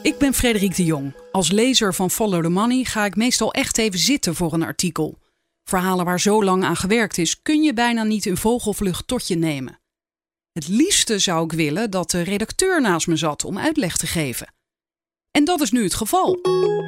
Ik ben Frederik de Jong. Als lezer van Follow the Money ga ik meestal echt even zitten voor een artikel. Verhalen waar zo lang aan gewerkt is, kun je bijna niet in vogelvlucht tot je nemen. Het liefste zou ik willen dat de redacteur naast me zat om uitleg te geven. En dat is nu het geval.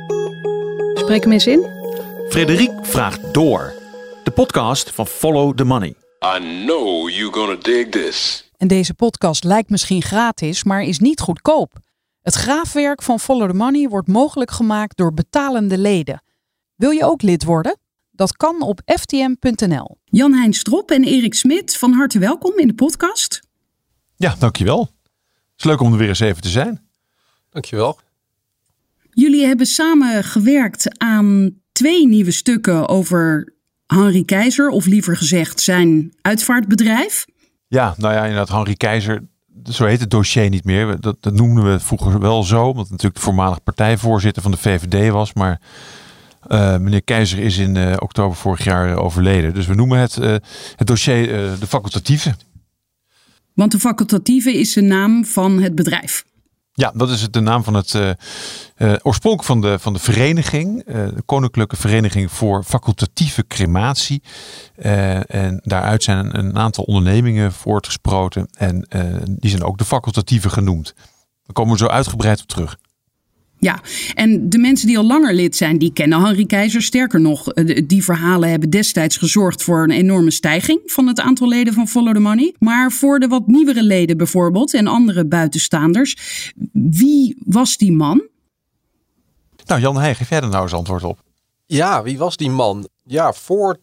Spreek hem eens in. Frederik vraagt door. De podcast van Follow the Money. I know you're gonna dig this. En deze podcast lijkt misschien gratis, maar is niet goedkoop. Het graafwerk van Follow the Money wordt mogelijk gemaakt door betalende leden. Wil je ook lid worden? Dat kan op ftm.nl. Jan-Hein Strop en Erik Smit, van harte welkom in de podcast. Ja, dankjewel. Het is leuk om er weer eens even te zijn. Dankjewel. Jullie hebben samen gewerkt aan 2 nieuwe stukken over Henri Keizer, of liever gezegd zijn uitvaartbedrijf. Ja, nou ja, inderdaad, Henri Keizer, zo heet het dossier niet meer. Dat noemden we vroeger wel zo, omdat het natuurlijk de voormalig partijvoorzitter van de VVD was. Maar meneer Keizer is in oktober vorig jaar overleden. Dus we noemen het dossier de facultatieve. Want de facultatieve is de naam van het bedrijf. Ja, dat is de naam van het oorspronkelijk van de vereniging. De Koninklijke Vereniging voor Facultatieve Crematie. En daaruit zijn een aantal ondernemingen voortgesproten. En die zijn ook de facultatieve genoemd. Daar komen we zo uitgebreid op terug. Ja, en de mensen die al langer lid zijn, die kennen Henri Keizer. Sterker nog, die verhalen hebben destijds gezorgd voor een enorme stijging van het aantal leden van Follow the Money. Maar voor de wat nieuwere leden bijvoorbeeld en andere buitenstaanders, wie was die man? Nou, Jan-Hein, geef jij er nou eens antwoord op? Ja, wie was die man? Ja, voor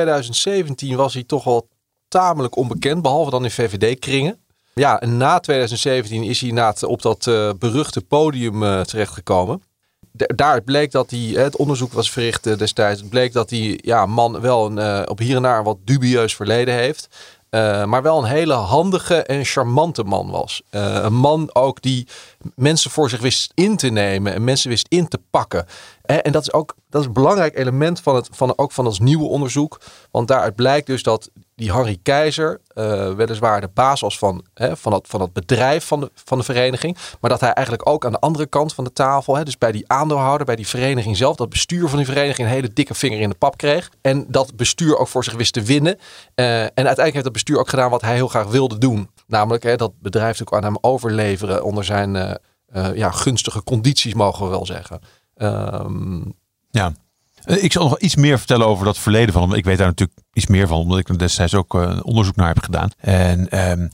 2017 was hij toch wel tamelijk onbekend, behalve dan in VVD-kringen. Ja, en na 2017 is hij op dat beruchte podium terechtgekomen. Daaruit bleek dat hij, het onderzoek was verricht destijds, het bleek dat die man wel op hier en daar een wat dubieus verleden heeft. Maar wel een hele handige en charmante man was. Een man ook die mensen voor zich wist in te nemen en mensen wist in te pakken. En dat is een belangrijk element van ons nieuwe onderzoek. Want daaruit blijkt dus dat die Henri Keizer weliswaar de baas was van dat bedrijf van de vereniging. Maar dat hij eigenlijk ook aan de andere kant van de tafel, dus bij die aandeelhouder, bij die vereniging zelf, dat bestuur van die vereniging een hele dikke vinger in de pap kreeg. En dat bestuur ook voor zich wist te winnen. En uiteindelijk heeft dat bestuur ook gedaan wat hij heel graag wilde doen. Namelijk dat bedrijf ook aan hem overleveren onder zijn gunstige condities, mogen we wel zeggen. Ja. Ik zal nog iets meer vertellen over dat verleden van hem. Ik weet daar natuurlijk iets meer van, omdat ik er destijds ook onderzoek naar heb gedaan. En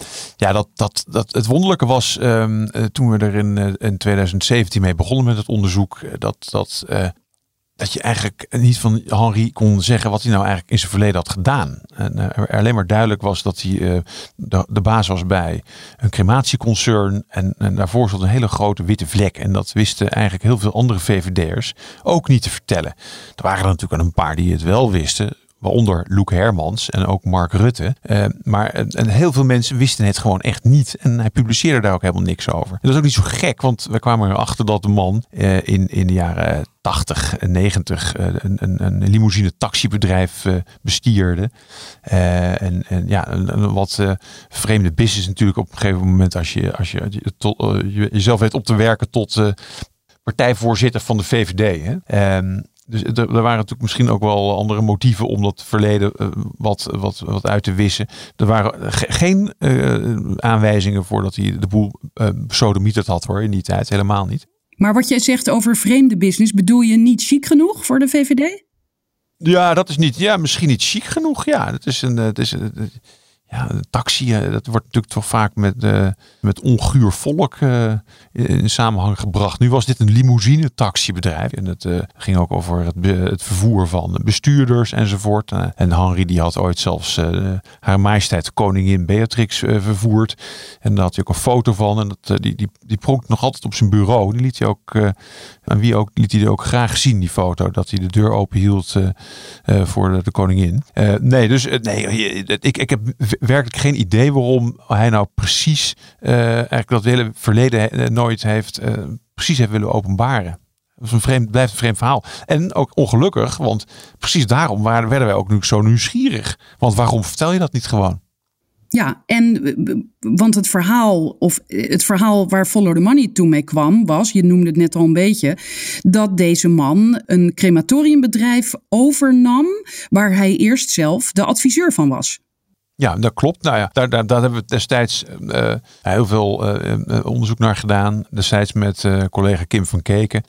het wonderlijke was, toen we er in 2017 mee begonnen met het onderzoek, dat je eigenlijk niet van Henri kon zeggen wat hij nou eigenlijk in zijn verleden had gedaan. En alleen maar duidelijk was dat hij de baas was bij een crematieconcern. En daarvoor zat een hele grote witte vlek. En dat wisten eigenlijk heel veel andere VVD'ers ook niet te vertellen. Er waren er natuurlijk een paar die het wel wisten. Waaronder Loek Hermans en ook Mark Rutte. Maar heel veel mensen wisten het gewoon echt niet. En hij publiceerde daar ook helemaal niks over. En dat is ook niet zo gek, want we kwamen erachter dat de man in de jaren 80 en 90 een limousine taxibedrijf bestierde. Een wat vreemde business natuurlijk op een gegeven moment als je jezelf weet op te werken tot partijvoorzitter van de VVD. Hè? Dus er waren natuurlijk misschien ook wel andere motieven om dat verleden wat uit te wissen. Er waren geen aanwijzingen voor dat hij de boel besodemieterd had hoor, in die tijd. Helemaal niet. Maar wat jij zegt over vreemde business, bedoel je niet chic genoeg voor de VVD? Ja, dat is niet. Ja, misschien niet chic genoeg. Ja, het is een taxi, dat wordt natuurlijk toch vaak met onguur volk in samenhang gebracht. Nu was dit een limousine taxibedrijf. En het ging ook over het vervoer van bestuurders enzovoort. En Henri die had ooit zelfs haar majesteit koningin Beatrix vervoerd. En daar had hij ook een foto van. En die pronkt nog altijd op zijn bureau. Die liet hij ook, liet hij ook graag zien, die foto. Dat hij de deur open hield voor de koningin. Ik heb werkelijk geen idee waarom hij nou precies eigenlijk dat hele verleden nooit precies heeft willen openbaren. Dat is blijft een vreemd verhaal. En ook ongelukkig, want precies daarom werden wij ook nu zo nieuwsgierig. Want waarom vertel je dat niet gewoon? Ja, want het verhaal waar Follow the Money toen mee kwam was, je noemde het net al een beetje, dat deze man een crematoriumbedrijf overnam waar hij eerst zelf de adviseur van was. Ja, dat klopt. Nou ja, daar hebben we destijds heel veel onderzoek naar gedaan. Destijds met collega Kim van Keken.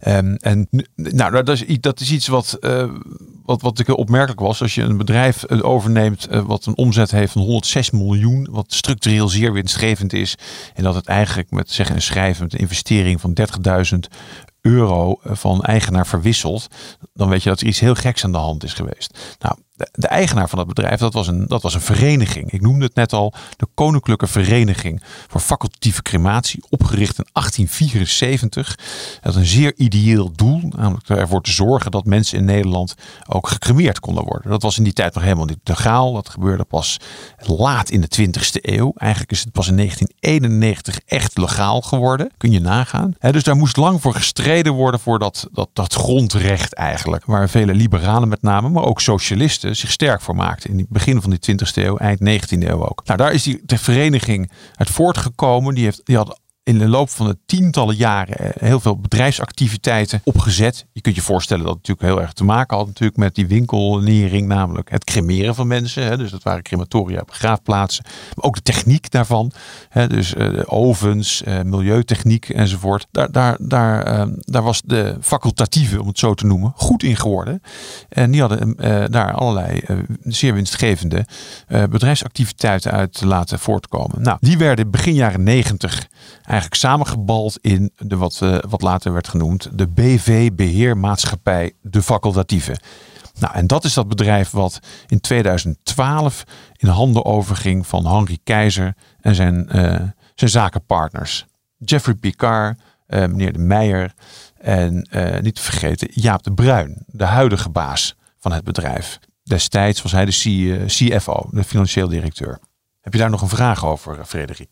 Dat is iets wat heel opmerkelijk was. Als je een bedrijf overneemt wat een omzet heeft van 106 miljoen. Wat structureel zeer winstgevend is. En dat het eigenlijk met zeggen en schrijven met een investering van €30.000 van eigenaar verwisselt. Dan weet je dat er iets heel geks aan de hand is geweest. Nou, de eigenaar van dat bedrijf, dat was een vereniging. Ik noemde het net al, de Koninklijke Vereniging voor Facultatieve Crematie, opgericht in 1874. Dat een zeer ideeel doel, namelijk ervoor te zorgen dat mensen in Nederland ook gecremeerd konden worden. Dat was in die tijd nog helemaal niet legaal. Dat gebeurde pas laat in de 20e eeuw. Eigenlijk is het pas in 1991 echt legaal geworden. Kun je nagaan. Dus daar moest lang voor gestreden worden voor dat grondrecht eigenlijk. Waar vele liberalen met name, maar ook socialisten zich sterk voor maakten. In het begin van de 20e eeuw, eind 19e eeuw ook. Nou, daar is de vereniging uit voortgekomen. Die had in de loop van de tientallen jaren heel veel bedrijfsactiviteiten opgezet. Je kunt je voorstellen dat het natuurlijk heel erg te maken had natuurlijk met die winkelnering, namelijk het cremeren van mensen. Dus dat waren crematoria, begraafplaatsen. Maar ook de techniek daarvan. Dus ovens, milieutechniek enzovoort. Daar was de facultatieve, om het zo te noemen, goed in geworden. En die hadden daar allerlei zeer winstgevende bedrijfsactiviteiten uit laten voortkomen. Nou, die werden begin jaren 90 eigenlijk samengebald in wat later werd genoemd de BV-beheermaatschappij De Facultatieve. Nou, en dat is dat bedrijf wat in 2012 in handen overging van Henri Keizer en zijn zakenpartners. Jeffrey Picard, meneer De Meijer en niet te vergeten Jaap de Bruin, de huidige baas van het bedrijf. Destijds was hij de CFO, de financieel directeur. Heb je daar nog een vraag over, Frederik?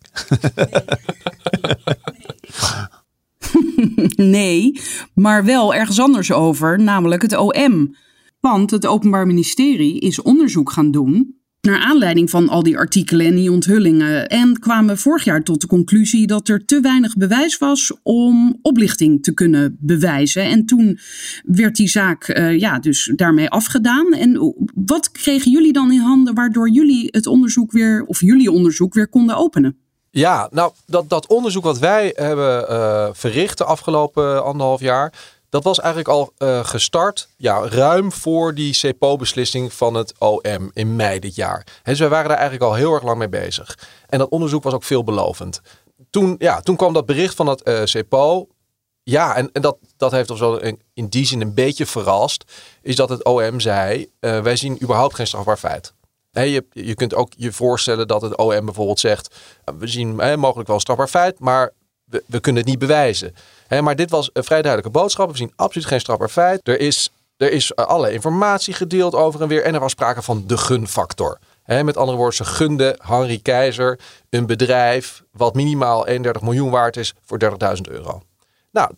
Nee, maar wel ergens anders over, namelijk het OM. Want het Openbaar Ministerie is onderzoek gaan doen naar aanleiding van al die artikelen en die onthullingen. En kwamen vorig jaar tot de conclusie dat er te weinig bewijs was om oplichting te kunnen bewijzen. En toen werd die zaak dus daarmee afgedaan. En wat kregen jullie dan in handen waardoor jullie jullie onderzoek weer konden openen? Ja, nou dat onderzoek wat wij hebben verricht de afgelopen 1,5 jaar, dat was eigenlijk al gestart ruim voor die CEPO-beslissing van het OM in mei dit jaar. Dus wij waren daar eigenlijk al heel erg lang mee bezig. En dat onderzoek was ook veelbelovend. Toen kwam dat bericht van het CEPO. Ja, en dat heeft ons wel in die zin een beetje verrast. Is dat het OM zei, wij zien überhaupt geen strafbaar feit. Je kunt ook je voorstellen dat het OM bijvoorbeeld zegt, we zien mogelijk wel een strafbaar feit, maar we kunnen het niet bewijzen. Maar dit was een vrij duidelijke boodschap. We zien absoluut geen strafbaar feit. Er is allerlei informatie gedeeld over en weer. En er was sprake van de gunfactor. Met andere woorden, ze gunden Henri Keizer een bedrijf wat minimaal 31 miljoen waard is voor €30.000. Nou,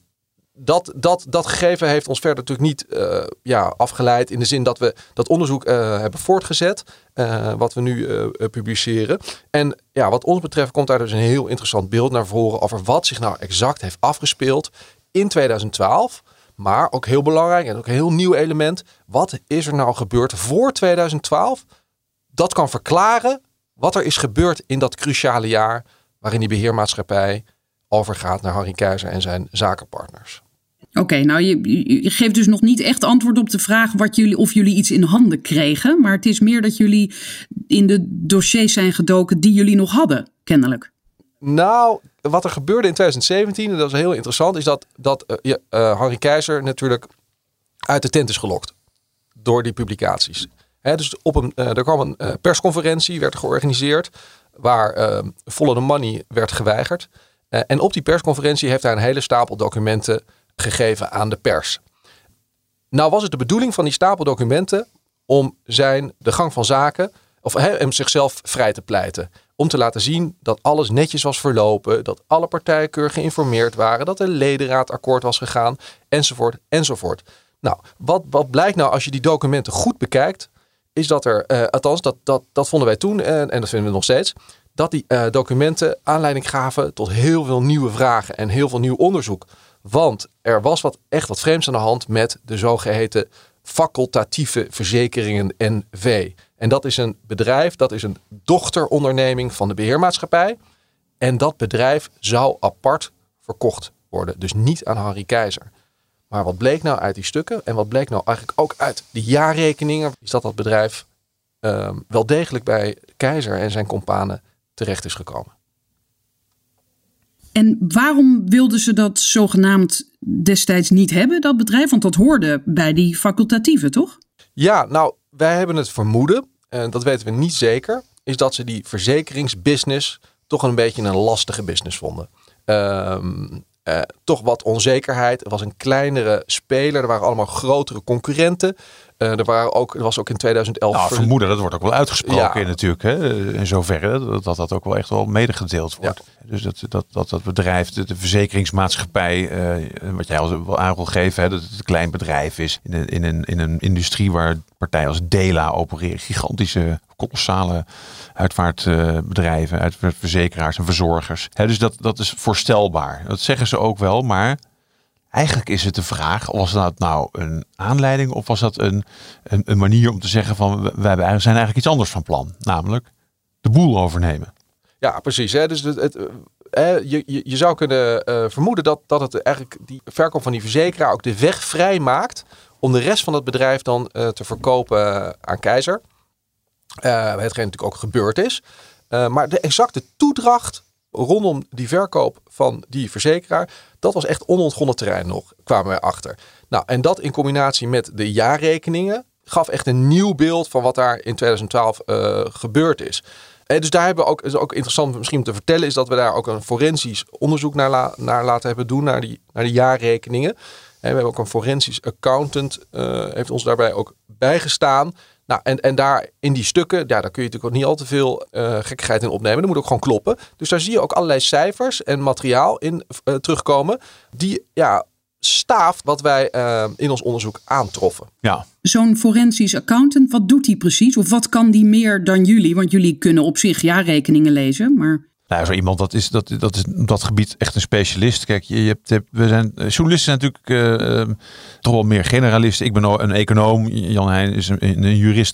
dat gegeven heeft ons verder natuurlijk niet afgeleid in de zin dat we dat onderzoek hebben voortgezet. Wat we nu publiceren. En wat ons betreft komt daar dus een heel interessant beeld naar voren over wat zich nou exact heeft afgespeeld in 2012. Maar ook heel belangrijk en ook een heel nieuw element. Wat is er nou gebeurd voor 2012? Dat kan verklaren wat er is gebeurd in dat cruciale jaar waarin die beheermaatschappij overgaat naar Henri Keizer en zijn zakenpartners. Oké, nou je geeft dus nog niet echt antwoord op de vraag of jullie iets in handen kregen. Maar het is meer dat jullie in de dossiers zijn gedoken die jullie nog hadden, kennelijk. Nou, wat er gebeurde in 2017, en dat is heel interessant, is dat Henri Keizer natuurlijk uit de tent is gelokt door die publicaties. Dus er kwam een persconferentie, werd georganiseerd, waar Follow the Money werd geweigerd. En op die persconferentie heeft hij een hele stapel documenten gegeven aan de pers. Nou was het de bedoeling van die stapel documenten om de gang van zaken, of hem zichzelf vrij te pleiten. Om te laten zien dat alles netjes was verlopen, dat alle partijen keurig geïnformeerd waren, dat de ledenraad akkoord was gegaan, enzovoort, enzovoort. Nou, wat blijkt nou als je die documenten goed bekijkt, is dat er, althans dat vonden wij toen en dat vinden we nog steeds, dat die documenten aanleiding gaven tot heel veel nieuwe vragen en heel veel nieuw onderzoek. Want er was wat vreemds aan de hand met de zogeheten facultatieve verzekeringen NV. En dat is een bedrijf, dat is een dochteronderneming van de beheermaatschappij. En dat bedrijf zou apart verkocht worden. Dus niet aan Harry Keizer. Maar wat bleek nou uit die stukken en wat bleek nou eigenlijk ook uit die jaarrekeningen, is dat bedrijf wel degelijk bij Keizer en zijn companen terecht is gekomen. En waarom wilden ze dat zogenaamd destijds niet hebben, dat bedrijf? Want dat hoorde bij die facultatieve, toch? Ja, nou, wij hebben het vermoeden, en dat weten we niet zeker, is dat ze die verzekeringsbusiness toch een beetje een lastige business vonden. Toch wat onzekerheid. Er was een kleinere speler. Er waren allemaal grotere concurrenten. Er was ook in 2011... Nou, vermoeden, dat wordt ook wel uitgesproken natuurlijk. Hè? In zoverre dat ook wel echt wel medegedeeld wordt. Ja. Dus dat bedrijf, de verzekeringsmaatschappij, wat jij al aan wil geven, dat het een klein bedrijf is. In een industrie waar partijen als Dela opereren. Gigantische, kolossale uitvaartbedrijven, uitvaartverzekeraars en verzorgers. Dus dat is voorstelbaar. Dat zeggen ze ook wel, maar eigenlijk is het de vraag, was dat nou een aanleiding of was dat een manier om te zeggen van zijn eigenlijk iets anders van plan. Namelijk de boel overnemen. Ja, precies. Hè? Dus je zou kunnen vermoeden dat het eigenlijk die verkoop van die verzekeraar ook de weg vrij maakt om de rest van het bedrijf dan te verkopen aan Keizer. Hetgeen natuurlijk ook gebeurd is. Maar de exacte toedracht rondom die verkoop van die verzekeraar, dat was echt onontgonnen terrein nog, kwamen wij achter. Nou, en dat in combinatie met de jaarrekeningen gaf echt een nieuw beeld van wat daar in 2012 gebeurd is. Dus daar hebben we ook, is ook interessant misschien om te vertellen, is dat we daar ook een forensisch onderzoek naar laten hebben doen, naar die jaarrekeningen. We hebben ook een forensisch accountant, heeft ons daarbij ook bijgestaan. Nou, en daar in die stukken, daar kun je natuurlijk ook niet al te veel gekkigheid in opnemen. Dat moet ook gewoon kloppen. Dus daar zie je ook allerlei cijfers en materiaal in terugkomen die staaft wat wij in ons onderzoek aantroffen. Ja. Zo'n forensisch accountant, wat doet hij precies? Of wat kan die meer dan jullie? Want jullie kunnen op zich jaarrekeningen lezen, maar... Nou, zo iemand, dat is op dat gebied echt een specialist. Kijk, we zijn journalisten natuurlijk toch wel meer generalisten. Ik ben een econoom. Jan Heijn is een jurist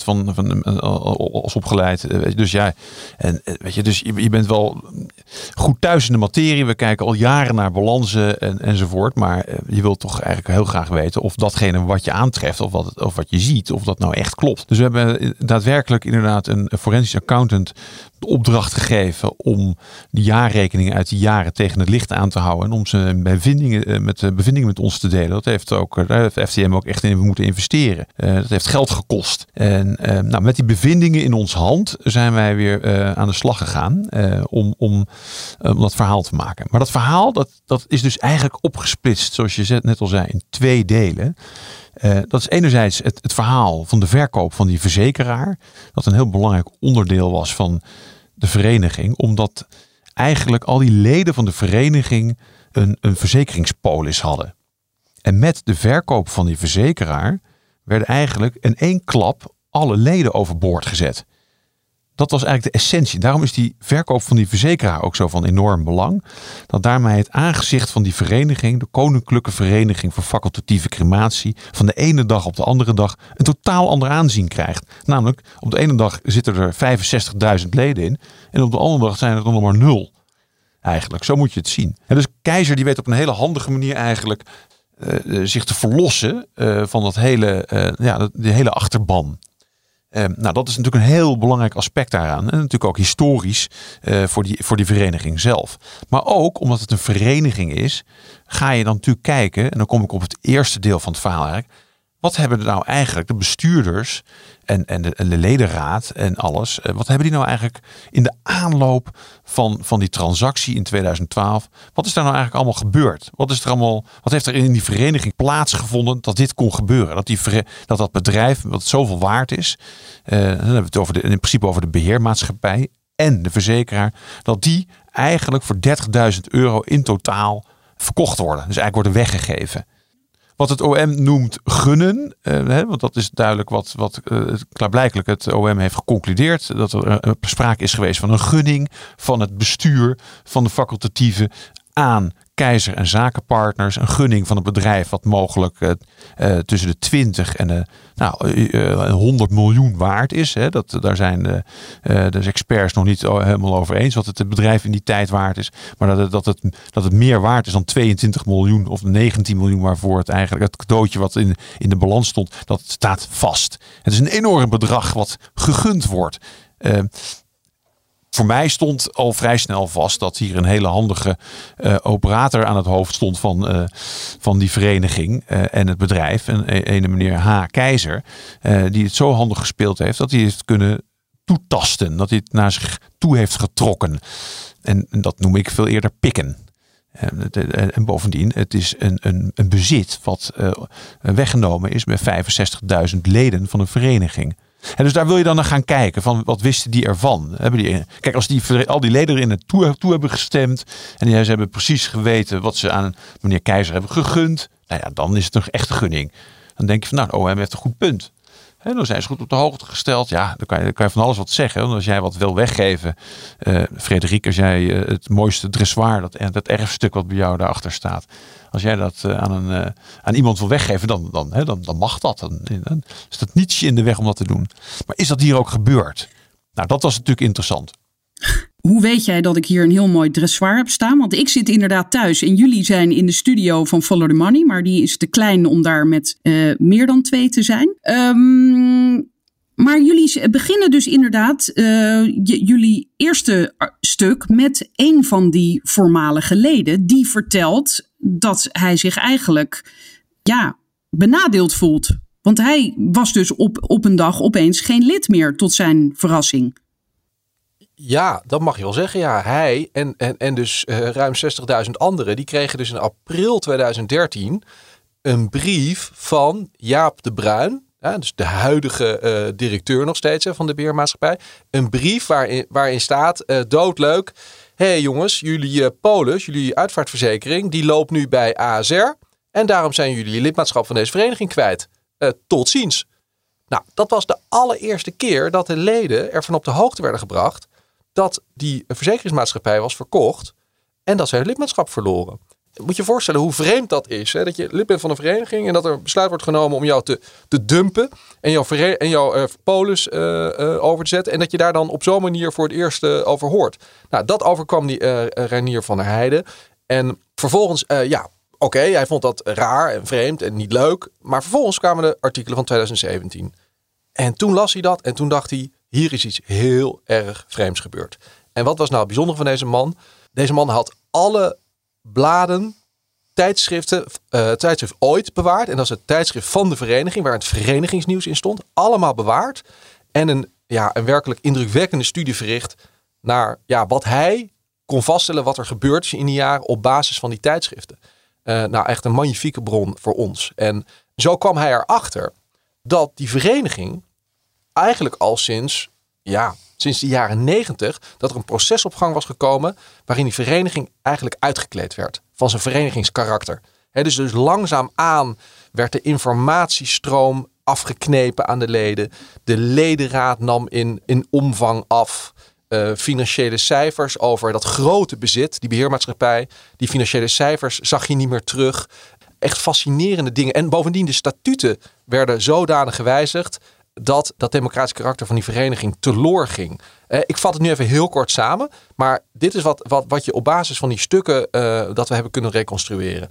als opgeleid. Dus ja, en weet je, dus je bent wel goed thuis in de materie. We kijken al jaren naar balansen enzovoort. Maar je wilt toch eigenlijk heel graag weten of datgene wat je aantreft of wat je ziet, of dat nou echt klopt. Dus we hebben daadwerkelijk inderdaad een forensisch accountant de opdracht gegeven om die jaarrekeningen uit die jaren tegen het licht aan te houden en om ze bevindingen met ons te delen. Dat heeft ook, daar heeft FTM ook echt in moeten investeren. Dat heeft geld gekost. En met die bevindingen in ons hand zijn wij weer aan de slag gegaan om dat verhaal te maken. Maar dat verhaal dat is dus eigenlijk opgesplitst, zoals je net al zei, in 2 delen. Dat is enerzijds het verhaal van de verkoop van die verzekeraar. Dat een heel belangrijk onderdeel was van de vereniging. Omdat eigenlijk al die leden van de vereniging een verzekeringspolis hadden. En met de verkoop van die verzekeraar werden eigenlijk in 1 klap alle leden overboord gezet. Dat was eigenlijk de essentie. Daarom is die verkoop van die verzekeraar ook zo van enorm belang. Dat daarmee het aangezicht van die vereniging, de Koninklijke Vereniging voor Facultatieve Crematie, van de ene dag op de andere dag een totaal ander aanzien krijgt. Namelijk, op de ene dag zitten er 65.000 leden in. En op de andere dag zijn er nog maar 0. Eigenlijk, zo moet je het zien. En dus Keizer die weet op een hele handige manier eigenlijk zich te verlossen van die hele achterban. Dat is natuurlijk een heel belangrijk aspect daaraan. En natuurlijk ook historisch voor die vereniging zelf. Maar ook omdat het een vereniging is, ga je dan natuurlijk kijken, en dan kom ik op het eerste deel van het verhaal eigenlijk. Wat hebben er nou eigenlijk de bestuurders en de ledenraad en alles, wat hebben die nou eigenlijk in de aanloop van die transactie in 2012, wat is daar nou eigenlijk allemaal gebeurd? Wat heeft er in die vereniging plaatsgevonden dat dit kon gebeuren? Dat bedrijf, wat zoveel waard is, dan hebben we het in principe over de beheermaatschappij en de verzekeraar, dat die eigenlijk voor €30.000 in totaal verkocht worden. Dus eigenlijk worden weggegeven. wat het OM noemt gunnen. Want dat is duidelijk wat klaarblijkelijk het OM heeft geconcludeerd. Dat er sprake is geweest van een gunning van het bestuur van de facultatieven aan Keizer en zakenpartners. Een gunning van het bedrijf wat mogelijk tussen de 20 en 100 miljoen waard is. Hè. Daar zijn de experts nog niet helemaal over eens wat het bedrijf in die tijd waard is. Maar dat het meer waard is dan 22 miljoen of 19 miljoen waarvoor het eigenlijk het cadeautje wat in de balans stond, dat staat vast. Het is een enorm bedrag wat gegund wordt. Voor mij stond al vrij snel vast dat hier een hele handige operator aan het hoofd stond van die vereniging en het bedrijf. Een meneer H. Keizer, die het zo handig gespeeld heeft dat hij heeft kunnen toetasten. Dat hij het naar zich toe heeft getrokken. En dat noem ik veel eerder pikken. En bovendien, het is een bezit wat weggenomen is bij 65.000 leden van een vereniging. En dus daar wil je dan naar gaan kijken van wat wisten die ervan? Kijk, als al die leden erin toe hebben gestemd en ze hebben precies geweten wat ze aan meneer Keizer hebben gegund, nou ja, dan is het een echte gunning. Dan denk je van nou, OM heeft een goed punt. En dan zijn ze goed op de hoogte gesteld. Ja, dan kan je van alles wat zeggen. Want als jij wat wil weggeven, Frederik, als jij het mooiste dressoir, dat erfstuk wat bij jou daarachter staat, als jij dat aan iemand wil weggeven, dan mag dat. Dan is dat niets in de weg om dat te doen. Maar is dat hier ook gebeurd? Nou, dat was natuurlijk interessant. Hoe weet jij dat ik hier een heel mooi dressoir heb staan? Want ik zit inderdaad thuis en jullie zijn in de studio van Follow the Money. Maar die is te klein om daar met meer dan 2 te zijn. Maar jullie beginnen dus inderdaad jullie eerste stuk met een van die voormalige leden. Die vertelt dat hij zich eigenlijk benadeeld voelt. Want hij was dus op een dag opeens geen lid meer tot zijn verrassing. Ja, dat mag je wel zeggen. Ja, hij en dus ruim 60.000 anderen, die kregen dus in april 2013 een brief van Jaap de Bruin. Ja, dus de huidige directeur nog steeds van de beheermaatschappij. Een brief waarin staat, doodleuk. Hé jongens, jullie polis, jullie uitvaartverzekering, die loopt nu bij ASR. En daarom zijn jullie je lidmaatschap van deze vereniging kwijt. Tot ziens. Nou, dat was de allereerste keer dat de leden ervan op de hoogte werden gebracht dat die verzekeringsmaatschappij was verkocht en dat zij het lidmaatschap verloren. Moet je je voorstellen hoe vreemd dat is. Hè? Dat je lid bent van een vereniging en dat er besluit wordt genomen om jou te dumpen en jouw polis over te zetten. En dat je daar dan op zo'n manier voor het eerst over hoort. Nou, dat overkwam die Reinier van der Heijden. En vervolgens, hij vond dat raar en vreemd en niet leuk. Maar vervolgens kwamen de artikelen van 2017. En toen las hij dat en toen dacht hij, hier is iets heel erg vreemds gebeurd. En wat was nou het bijzondere van deze man? Deze man had alle bladen, tijdschrift ooit bewaard. En dat is het tijdschrift van de vereniging, waar het verenigingsnieuws in stond. Allemaal bewaard. En een werkelijk indrukwekkende studie verricht naar wat hij kon vaststellen wat er gebeurd is in die jaren op basis van die tijdschriften. Echt een magnifieke bron voor ons. En zo kwam hij erachter dat die vereniging eigenlijk al sinds de jaren 90... dat er een proces op gang was gekomen waarin die vereniging eigenlijk uitgekleed werd van zijn verenigingskarakter. Dus langzaamaan werd de informatiestroom afgeknepen aan de leden. De ledenraad nam in omvang af. Financiële cijfers over dat grote bezit, die beheermaatschappij. Die financiële cijfers zag je niet meer terug. Echt fascinerende dingen. En bovendien de statuten werden zodanig gewijzigd dat democratisch karakter van die vereniging teloor ging. Ik vat het nu even heel kort samen. Maar dit is wat je op basis van die stukken dat we hebben kunnen reconstrueren.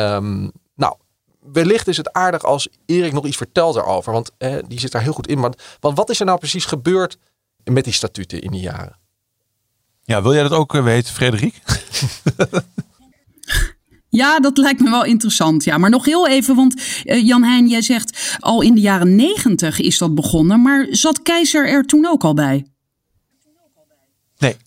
Wellicht is het aardig als Erik nog iets vertelt daarover. Want die zit daar heel goed in. Maar wat is er nou precies gebeurd met die statuten in die jaren? Ja, wil jij dat ook weten, Frederik? Ja, dat lijkt me wel interessant. Ja, maar nog heel even, want Jan-Hein, jij zegt al in de jaren 90 is dat begonnen. Maar zat Keizer er toen ook al bij?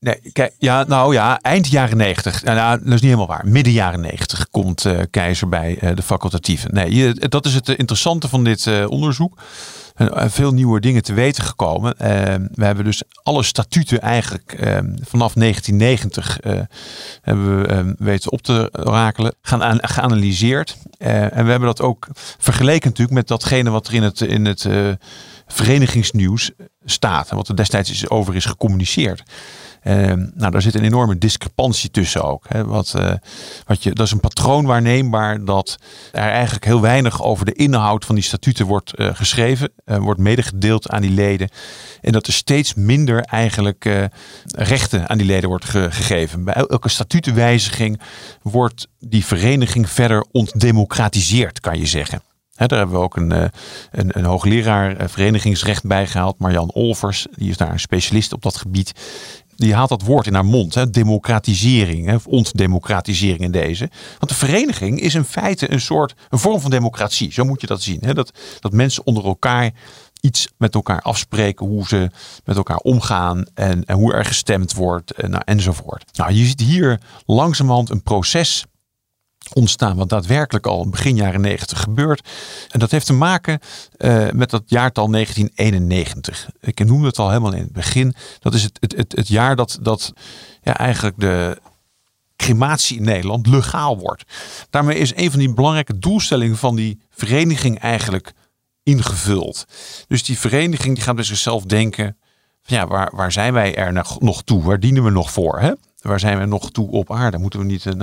Nee, kijk, eind jaren 90. Nou, dat is niet helemaal waar. Midden jaren 90 komt Keizer bij de facultatieven. Nee, dat is het interessante van dit onderzoek. Veel nieuwe dingen te weten gekomen. We hebben dus alle statuten eigenlijk vanaf 1990 hebben we weten op te rakelen, geanalyseerd. En we hebben dat ook vergeleken natuurlijk met datgene wat er in het verenigingsnieuws staat. En wat er destijds over is gecommuniceerd. Daar zit een enorme discrepantie tussen ook. Hè. Dat is een patroon waarneembaar dat er eigenlijk heel weinig over de inhoud van die statuten wordt geschreven. Wordt medegedeeld aan die leden. En dat er steeds minder eigenlijk rechten aan die leden wordt gegeven. Bij elke statutenwijziging wordt die vereniging verder ontdemocratiseerd, kan je zeggen. Daar hebben we ook een hoogleraar verenigingsrecht bij gehaald. Marjan Olvers, die is daar een specialist op dat gebied. Die haalt dat woord in haar mond. Democratisering, of ontdemocratisering in deze. Want de vereniging is in feite een vorm van democratie. Zo moet je dat zien. Dat mensen onder elkaar iets met elkaar afspreken. Hoe ze met elkaar omgaan. En hoe er gestemd wordt. Enzovoort. Je ziet hier langzamerhand een proces ontstaan wat daadwerkelijk al begin jaren 90 gebeurt. En dat heeft te maken met dat jaartal 1991. Ik noemde het al helemaal in het begin. Dat is het jaar dat eigenlijk de crematie in Nederland legaal wordt. Daarmee is een van die belangrijke doelstellingen van die vereniging eigenlijk ingevuld. Dus die vereniging die gaat bij zichzelf denken, waar zijn wij er nog toe? Waar dienen we nog voor? Hè? Waar zijn we nog toe op aarde? Moeten we niet...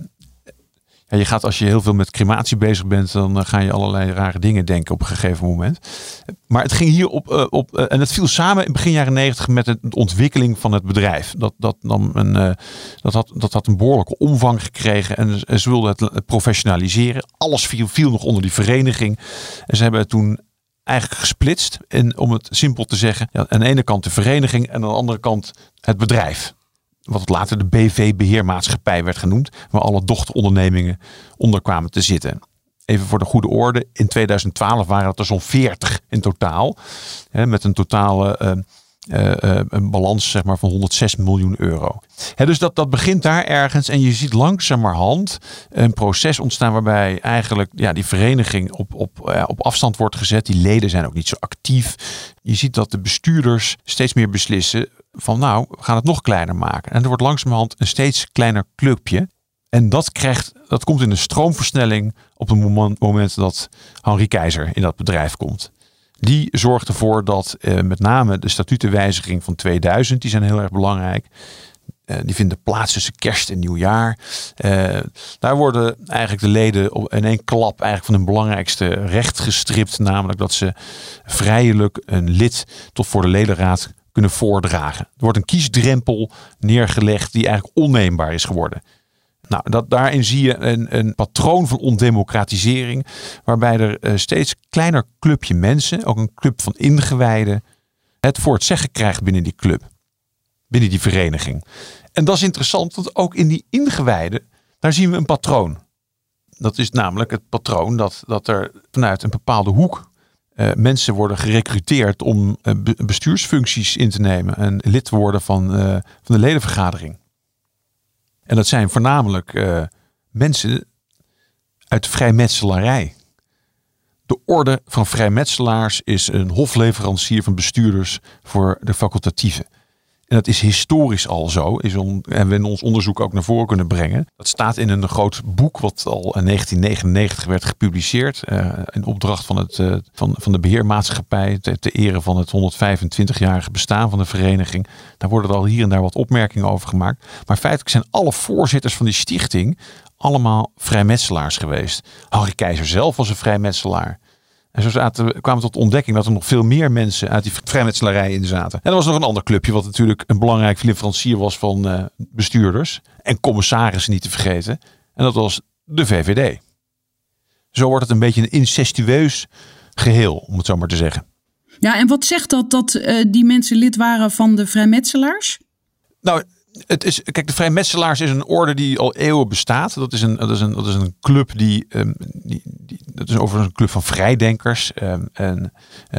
je gaat, als je heel veel met crematie bezig bent, dan ga je allerlei rare dingen denken op een gegeven moment. Maar het ging hier en het viel samen in begin jaren 90 met de ontwikkeling van het bedrijf. Dat had een behoorlijke omvang gekregen en ze wilden het professionaliseren. Alles viel nog onder die vereniging. En ze hebben het toen eigenlijk gesplitst. En om het simpel te zeggen, aan de ene kant de vereniging en aan de andere kant het bedrijf. Wat later de BV-beheermaatschappij werd genoemd. Waar alle dochterondernemingen onder kwamen te zitten. Even voor de goede orde. In 2012 waren het er zo'n 40 in totaal. Met een totale een balans zeg maar, van 106 miljoen euro. Dus dat begint daar ergens. En je ziet langzamerhand een proces ontstaan. Waarbij eigenlijk die vereniging op afstand wordt gezet. Die leden zijn ook niet zo actief. Je ziet dat de bestuurders steeds meer beslissen. Van we gaan het nog kleiner maken. En er wordt langzamerhand een steeds kleiner clubje. En dat komt in een stroomversnelling op het moment dat Henri Keizer in dat bedrijf komt. Die zorgt ervoor dat met name de statutenwijziging van 2000, die zijn heel erg belangrijk. Die vinden plaats tussen kerst en nieuwjaar. Daar worden eigenlijk de leden in één klap eigenlijk van hun belangrijkste recht gestript. Namelijk dat ze vrijelijk een lid tot voor de ledenraad kunnen voordragen. Er wordt een kiesdrempel neergelegd die eigenlijk onneembaar is geworden. Daarin zie je een patroon van ondemocratisering. Waarbij er steeds kleiner clubje mensen, ook een club van ingewijden, het voor het zeggen krijgt binnen die club. Binnen die vereniging. En dat is interessant, want ook in die ingewijden, daar zien we een patroon. Dat is namelijk het patroon dat er vanuit een bepaalde hoek mensen worden gerecruiteerd om bestuursfuncties in te nemen en lid te worden van de ledenvergadering. En dat zijn voornamelijk mensen uit de vrijmetselarij. De orde van vrijmetselaars is een hofleverancier van bestuurders voor de facultatieven. En dat is historisch al zo. En we in ons onderzoek ook naar voren kunnen brengen. Dat staat in een groot boek wat al in 1999 werd gepubliceerd. In opdracht van de beheermaatschappij. Ter ere van het 125-jarige bestaan van de vereniging. Daar worden er al hier en daar wat opmerkingen over gemaakt. Maar feitelijk zijn alle voorzitters van die stichting allemaal vrijmetselaars geweest. Henri Keizer zelf was een vrijmetselaar. En zo kwamen tot de ontdekking dat er nog veel meer mensen uit die vrijmetselarij in zaten. En er was nog een ander clubje wat natuurlijk een belangrijk leverancier was van bestuurders. En commissarissen niet te vergeten. En dat was de VVD. Zo wordt het een beetje een incestueus geheel, om het zo maar te zeggen. Ja, en wat zegt dat die mensen lid waren van de vrijmetselaars? Kijk, de Vrijmetselaars is een orde die al eeuwen bestaat. Dat is een club dat is overigens een club van vrijdenkers. Er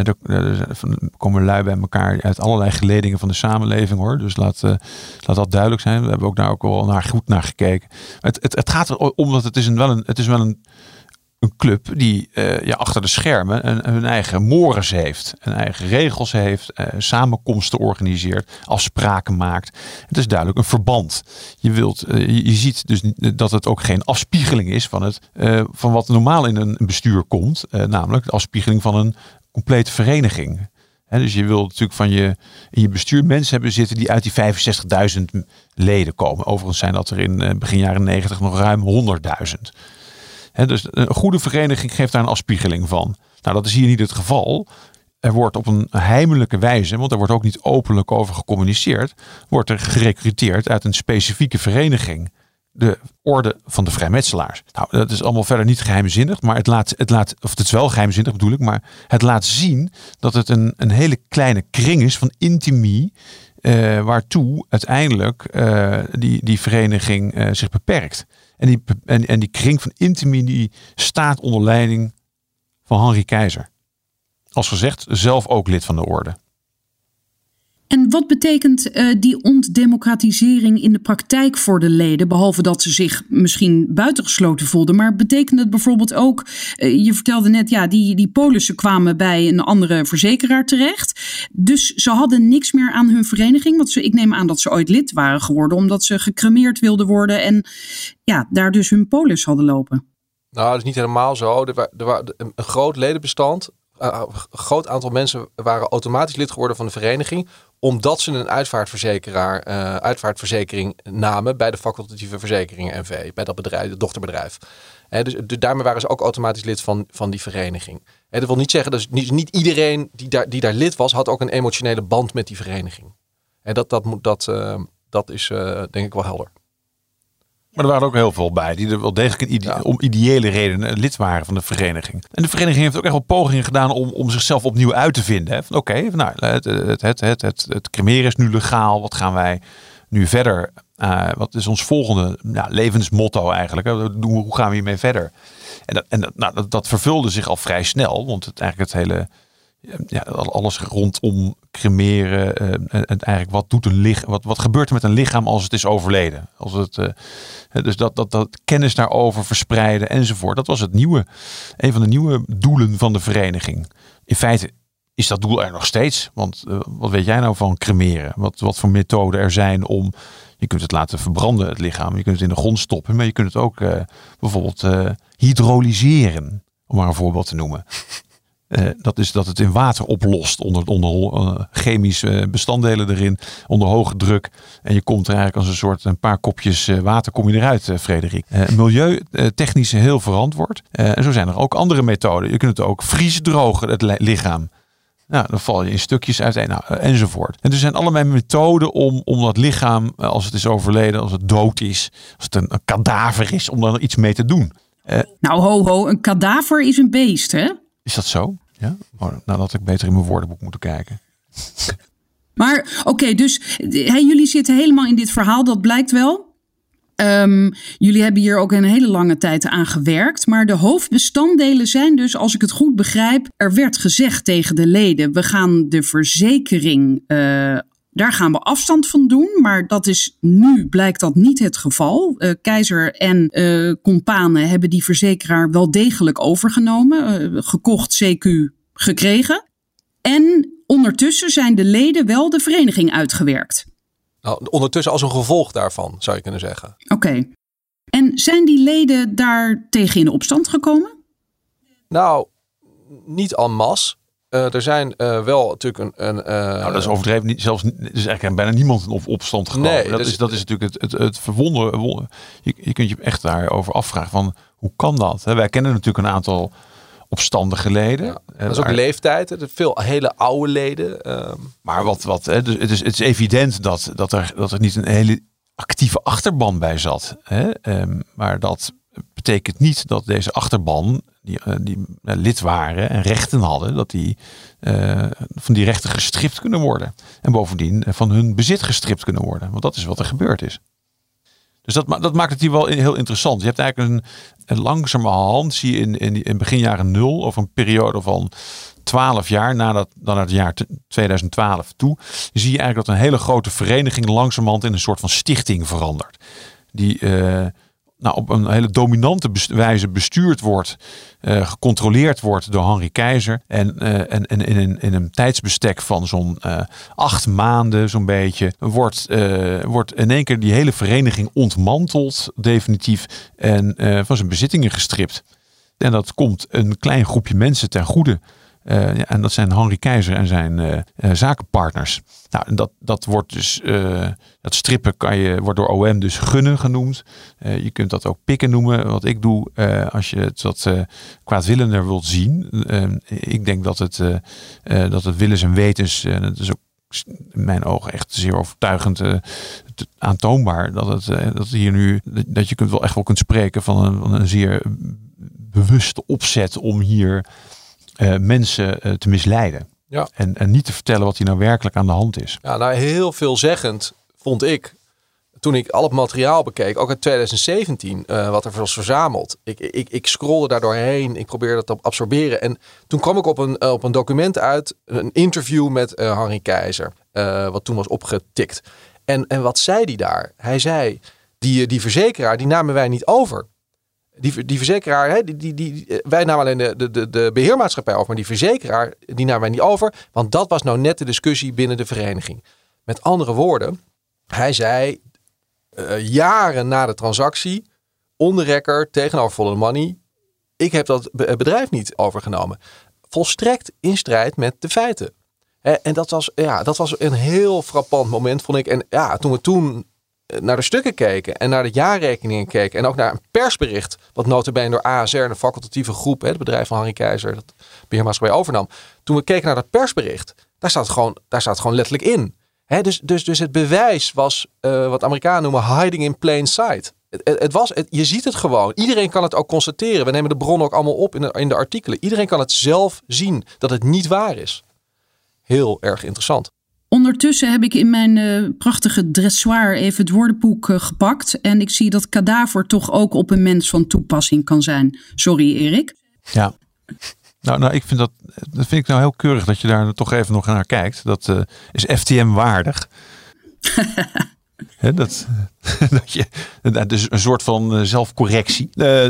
komen lui bij elkaar uit allerlei geledingen van de samenleving, hoor. Dus laat dat duidelijk zijn. We hebben ook daar ook wel goed naar gekeken. Het gaat erom dat het is wel een club die achter de schermen hun eigen mores heeft. Hun eigen regels heeft. Samenkomsten organiseert. Afspraken maakt. Het is duidelijk een verband. Je ziet dus dat het ook geen afspiegeling is van wat normaal in een bestuur komt. Namelijk de afspiegeling van een complete vereniging. Dus je wil natuurlijk in je bestuur mensen hebben zitten die uit die 65.000 leden komen. Overigens zijn dat er in begin jaren 90 nog ruim 100.000. Dus een goede vereniging geeft daar een afspiegeling van. Nou, dat is hier niet het geval. Er wordt op een heimelijke wijze, want er wordt ook niet openlijk over gecommuniceerd, wordt er gerecruiteerd uit een specifieke vereniging. De orde van de Vrijmetselaars. Nou, dat is allemaal verder niet geheimzinnig, maar het is wel geheimzinnig bedoel ik, maar het laat zien dat het een hele kleine kring is van intimie, waartoe uiteindelijk die vereniging zich beperkt. En die kring van intimie die staat onder leiding van Henri Keizer. Als gezegd, zelf ook lid van de orde. En wat betekent die ontdemocratisering in de praktijk voor de leden? Behalve dat ze zich misschien buitengesloten voelden. Maar betekent het bijvoorbeeld ook, je vertelde net, die polissen kwamen bij een andere verzekeraar terecht. Dus ze hadden niks meer aan hun vereniging. Want ik neem aan dat ze ooit lid waren geworden omdat ze gecremeerd wilden worden. En daar dus hun polis hadden lopen. Nou, dat is niet helemaal zo. Er was een groot ledenbestand. Een groot aantal mensen waren automatisch lid geworden van de vereniging, omdat ze een uitvaartverzekering namen bij de facultatieve verzekeringen NV, bij dat bedrijf, het dochterbedrijf. Dus daarmee waren ze ook automatisch lid van die vereniging. Dat wil niet zeggen dat niet iedereen die daar lid was, had ook een emotionele band met die vereniging. Dat is denk ik wel helder. Maar er waren ook heel veel bij die er wel degelijk om ideële redenen lid waren van de vereniging. En de vereniging heeft ook echt wel pogingen gedaan om zichzelf opnieuw uit te vinden. Het cremeren is nu legaal. Wat gaan wij nu verder? Wat is ons volgende levensmotto eigenlijk? Hoe gaan we hiermee verder? En dat vervulde zich al vrij snel. Want eigenlijk het hele... alles rondom cremeren en eigenlijk wat doet een lichaam, wat gebeurt er met een lichaam als het is overleden, dus dat kennis daarover verspreiden enzovoort, dat was een van de nieuwe doelen van de vereniging. In feite is dat doel er nog steeds, want wat weet jij nou van cremeren? Wat voor methoden er zijn om, je kunt het laten verbranden, het lichaam, je kunt het in de grond stoppen, maar je kunt het ook bijvoorbeeld hydrolyseren, om maar een voorbeeld te noemen. Dat is dat het in water oplost onder chemische bestanddelen erin, onder hoge druk. En je komt er eigenlijk als een paar kopjes water kom je eruit, Frederik. Milieutechnisch heel verantwoord. En zo zijn er ook andere methoden. Je kunt het ook vriesdrogen, het lichaam. Nou, dan val je in stukjes uiteen, enzovoort. En er zijn allerlei methoden om dat lichaam, als het is overleden, als het dood is, als het een kadaver is, om daar iets mee te doen. Een kadaver is een beest, hè? Is dat zo? Ja? Nou had ik beter in mijn woordenboek moeten kijken. Maar oké, dus jullie zitten helemaal in dit verhaal, dat blijkt wel. Jullie hebben hier ook een hele lange tijd aan gewerkt. Maar de hoofdbestanddelen zijn dus, als ik het goed begrijp, er werd gezegd tegen de leden, we gaan de verzekering, daar gaan we afstand van doen. Maar dat is nu, blijkt dat niet het geval. Keizer en companen hebben die verzekeraar wel degelijk overgenomen. Gekocht, CQ gekregen. En ondertussen zijn de leden wel de vereniging uitgewerkt. Nou, ondertussen als een gevolg daarvan, zou je kunnen zeggen. Oké. En zijn die leden daar tegen in opstand gekomen? Nou, niet en masse. Er zijn wel natuurlijk dat is overdreven. Er is eigenlijk bijna niemand in opstand gekomen. Nee, dat is natuurlijk het verwonderen. Je kunt je echt daarover afvragen van hoe kan dat? Wij kennen natuurlijk een aantal opstandige leden. Ja, dat is ook leeftijd. Veel hele oude leden. Maar dus het is evident dat er niet een hele actieve achterban bij zat. Maar dat betekent niet dat deze achterban, die lid waren en rechten hadden, dat die van die rechten gestript kunnen worden. En bovendien van hun bezit gestript kunnen worden. Want dat is wat er gebeurd is. Dus dat maakt het hier wel heel interessant. Je hebt eigenlijk een langzamerhand, zie je in begin jaren 0, over een periode van 12 jaar, naar het jaar 2012 toe, zie je eigenlijk dat een hele grote vereniging langzamerhand in een soort van stichting verandert. Die op een hele dominante wijze bestuurd wordt, gecontroleerd wordt door Henri Keizer. En in een tijdsbestek van zo'n 8 maanden zo'n beetje, wordt in één keer die hele vereniging ontmanteld definitief en van zijn bezittingen gestript. En dat komt een klein groepje mensen ten goede. En dat zijn Henri Keizer en zijn zakenpartners. Nou, dat wordt dus, dat strippen wordt door OM dus gunnen genoemd. Je kunt dat ook pikken noemen, wat ik doe, als je het wat kwaadwillender wilt zien. Ik denk dat het willens en wetens, dat is ook in mijn ogen echt zeer overtuigend aantoonbaar, dat hier nu, dat je wel echt wel kunt spreken van een zeer bewuste opzet om hier mensen te misleiden. Ja. En niet te vertellen wat hier nou werkelijk aan de hand is. Ja, nou heel veelzeggend vond ik, toen ik al het materiaal bekeek, ook uit 2017, wat er was verzameld. Ik scrolde daar doorheen, ik probeerde dat te absorberen. En toen kwam ik op een document uit, een interview met Henri Keizer, wat toen was opgetikt. En wat zei hij daar? Hij zei, die verzekeraar, die namen wij niet over. Die verzekeraar, wij namen alleen de beheermaatschappij over, maar die verzekeraar, die namen wij niet over, want dat was nou net de discussie binnen de vereniging. Met andere woorden, hij zei, jaren na de transactie, on the record, tegenover Follow the Money, ik heb dat bedrijf niet overgenomen. Volstrekt in strijd met de feiten. En dat was een heel frappant moment, vond ik. En ja, toen we naar de stukken keken en naar de jaarrekeningen keken en ook naar een persbericht, wat nota bene door ASR, de facultatieve groep, het bedrijf van Henri Keizer, dat beheermaatschappij overnam. Toen we keken naar dat persbericht, daar staat het gewoon letterlijk in. Dus het bewijs was wat Amerikanen noemen hiding in plain sight. Je ziet het gewoon. Iedereen kan het ook constateren. We nemen de bronnen ook allemaal op in de artikelen. Iedereen kan het zelf zien dat het niet waar is. Heel erg interessant. Ondertussen heb ik in mijn prachtige dressoir even het woordenboek gepakt. En ik zie dat kadaver toch ook op een mens van toepassing kan zijn. Sorry, Erik. Ja. Nou, ik vind dat vind ik nou heel keurig dat je daar toch even nog naar kijkt. Dat is FTM waardig. Dat je dus een soort van zelfcorrectie.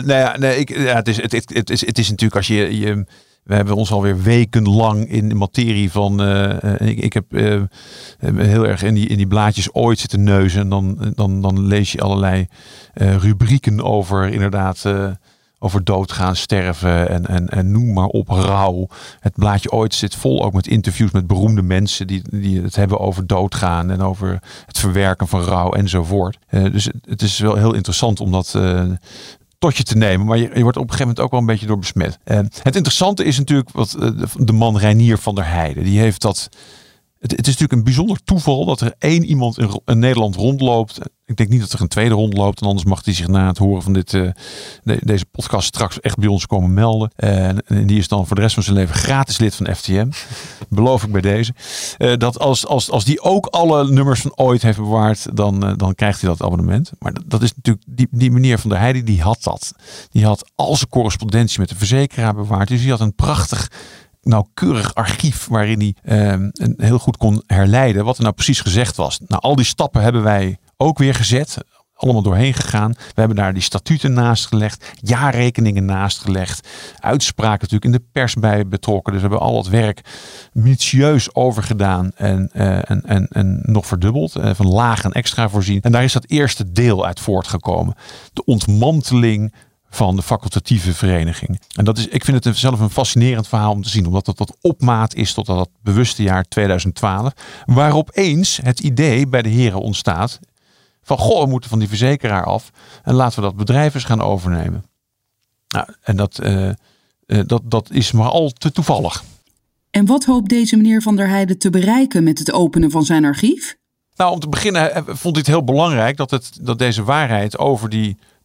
Het is natuurlijk als je we hebben ons alweer wekenlang in de materie van. Ik heb heel erg in die blaadjes ooit zitten neuzen. En dan lees je allerlei rubrieken over inderdaad. Over doodgaan, sterven en noem maar op, rouw. Het blaadje ooit zit vol ook met interviews met beroemde mensen die het hebben over doodgaan en over het verwerken van rouw enzovoort. Dus het is wel heel interessant om dat tot je te nemen. Maar je wordt op een gegeven moment ook wel een beetje door besmet. Het interessante is natuurlijk wat de man Reinier van der Heijden. Die heeft dat. Het is natuurlijk een bijzonder toeval dat er 1 iemand in Nederland rondloopt. Ik denk niet dat er een tweede rondloopt. En anders mag hij zich na het horen van deze podcast straks echt bij ons komen melden. En die is dan voor de rest van zijn leven gratis lid van FTM. Beloof ik bij deze. Dat als die ook alle nummers van ooit heeft bewaard, dan krijgt hij dat abonnement. Maar dat is natuurlijk, die meneer Van der Heijden, die had dat. Die had al zijn correspondentie met de verzekeraar bewaard. Dus die had een prachtig nauwkeurig archief waarin hij heel goed kon herleiden wat er nou precies gezegd was. Nou, al die stappen hebben wij ook weer gezet. Allemaal doorheen gegaan. We hebben daar die statuten naast gelegd. Jaarrekeningen naast gelegd. Uitspraken natuurlijk in de pers bij betrokken. Dus we hebben al dat werk minutieus overgedaan. En nog verdubbeld. Van laag en extra voorzien. En daar is dat eerste deel uit voortgekomen. De ontmanteling van de facultatieve vereniging. En ik vind het zelf een fascinerend verhaal om te zien. Omdat dat op maat is tot dat bewuste jaar 2012. Waarop eens het idee bij de heren ontstaat van we moeten van die verzekeraar af. En laten we dat bedrijf eens gaan overnemen. Nou, en dat is maar al te toevallig. En wat hoopt deze meneer Van der Heijden te bereiken met het openen van zijn archief? Nou, om te beginnen vond hij het heel belangrijk dat deze waarheid over die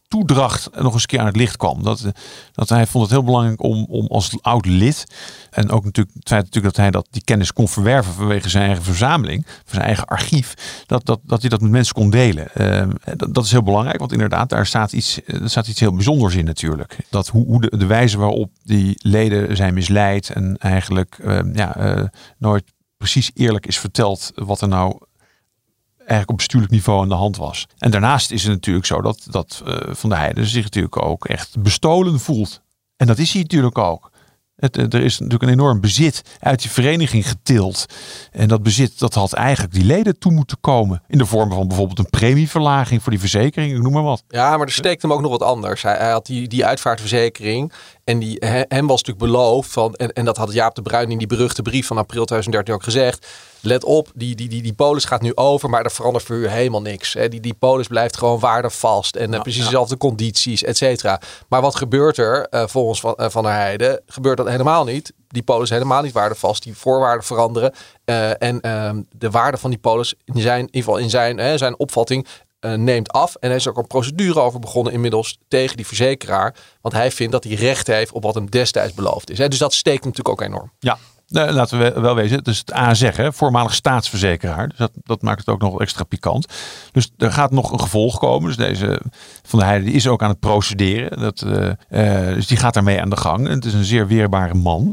toedracht nog eens een keer aan het licht kwam. Dat hij vond het heel belangrijk om als oud lid, en ook natuurlijk het feit dat hij die kennis kon verwerven vanwege zijn eigen verzameling, van zijn eigen archief, dat hij dat met mensen kon delen. Dat is heel belangrijk, want inderdaad, daar staat iets heel bijzonders in natuurlijk. Dat hoe de wijze waarop die leden zijn misleid en eigenlijk nooit precies eerlijk is verteld wat er nou eigenlijk op bestuurlijk niveau aan de hand was. En daarnaast is het natuurlijk zo dat Van der Heijden zich natuurlijk ook echt bestolen voelt. En dat is hij natuurlijk ook. Er is natuurlijk een enorm bezit uit die vereniging getild. En dat bezit, dat had eigenlijk die leden toe moeten komen. In de vorm van bijvoorbeeld een premieverlaging voor die verzekering, ik noem maar wat. Ja, maar er steekt hem ook nog wat anders. Hij had die uitvaartverzekering. En hem was natuurlijk beloofd van, en dat had Jaap de Bruin in die beruchte brief van april 2013 ook gezegd. Let op, die polis gaat nu over, maar er verandert voor u helemaal niks. Die polis blijft gewoon waardevast. En precies dezelfde condities, et cetera. Maar wat gebeurt er volgens Van der Heijden? Gebeurt dat helemaal niet. Die polis is helemaal niet waardevast. Die voorwaarden veranderen. De waarde van die polis in zijn opvatting neemt af. En er is ook een procedure over begonnen inmiddels tegen die verzekeraar. Want hij vindt dat hij recht heeft op wat hem destijds beloofd is. Dus dat steekt hem natuurlijk ook enorm. Ja. Laten we wel wezen, het is het ASR, voormalig staatsverzekeraar. Dus dat maakt het ook nog extra pikant. Dus er gaat nog een gevolg komen. Dus deze Van der Heijden is ook aan het procederen. Dus die gaat daarmee aan de gang. En het is een zeer weerbare man.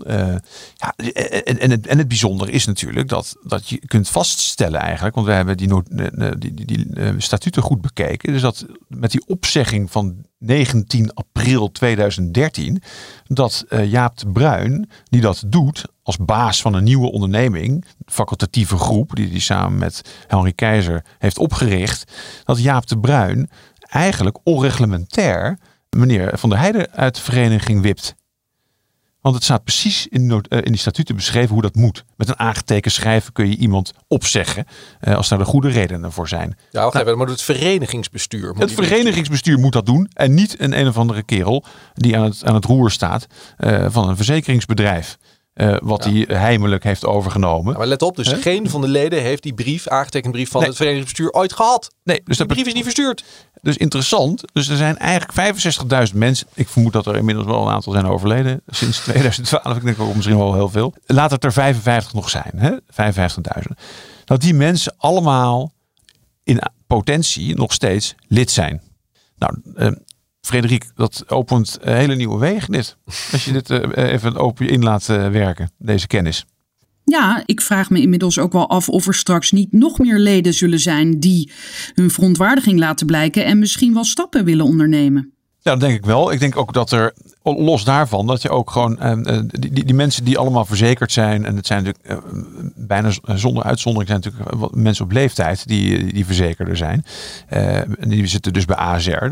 En het bijzondere is natuurlijk dat je kunt vaststellen eigenlijk, want we hebben die statuten goed bekeken. Dus dat met die opzegging van 19 april 2013, dat Jaap de Bruin, die dat doet als baas van een nieuwe onderneming, facultatieve groep, die samen met Henry Keizer heeft opgericht, dat Jaap de Bruin eigenlijk onreglementair meneer Van der Heijden uit de vereniging wipt. Want het staat precies in die statuten beschreven hoe dat moet. Met een aangetekend schrijven kun je iemand opzeggen als daar de goede redenen voor zijn. Ja, wacht even, maar het verenigingsbestuur. Het verenigingsbestuur moet dat doen. En niet een of andere kerel die aan het roer staat van een verzekeringsbedrijf. Wat hij heimelijk heeft overgenomen. Ja, maar let op, dus geen van de leden heeft die aangetekende brief van het verenigingsbestuur ooit gehad. Nee, dus die brief is niet verstuurd. Dus interessant. Dus er zijn eigenlijk 65.000 mensen. Ik vermoed dat er inmiddels wel een aantal zijn overleden. Sinds 2012. Ik denk ook misschien wel heel veel. Laat het er 55 nog zijn. 55.000. Dat die mensen allemaal in potentie nog steeds lid zijn. Nou, Frederik, dat opent hele nieuwe wegen dit. Als je dit even open in laat werken, deze kennis. Ja, ik vraag me inmiddels ook wel af of er straks niet nog meer leden zullen zijn die hun verontwaardiging laten blijken en misschien wel stappen willen ondernemen. Ja, dat denk ik wel. Ik denk ook dat er, los daarvan, dat je ook gewoon die mensen die allemaal verzekerd zijn, en het zijn natuurlijk bijna zonder uitzondering zijn natuurlijk mensen op leeftijd die verzekerder zijn. Die zitten dus bij ASR,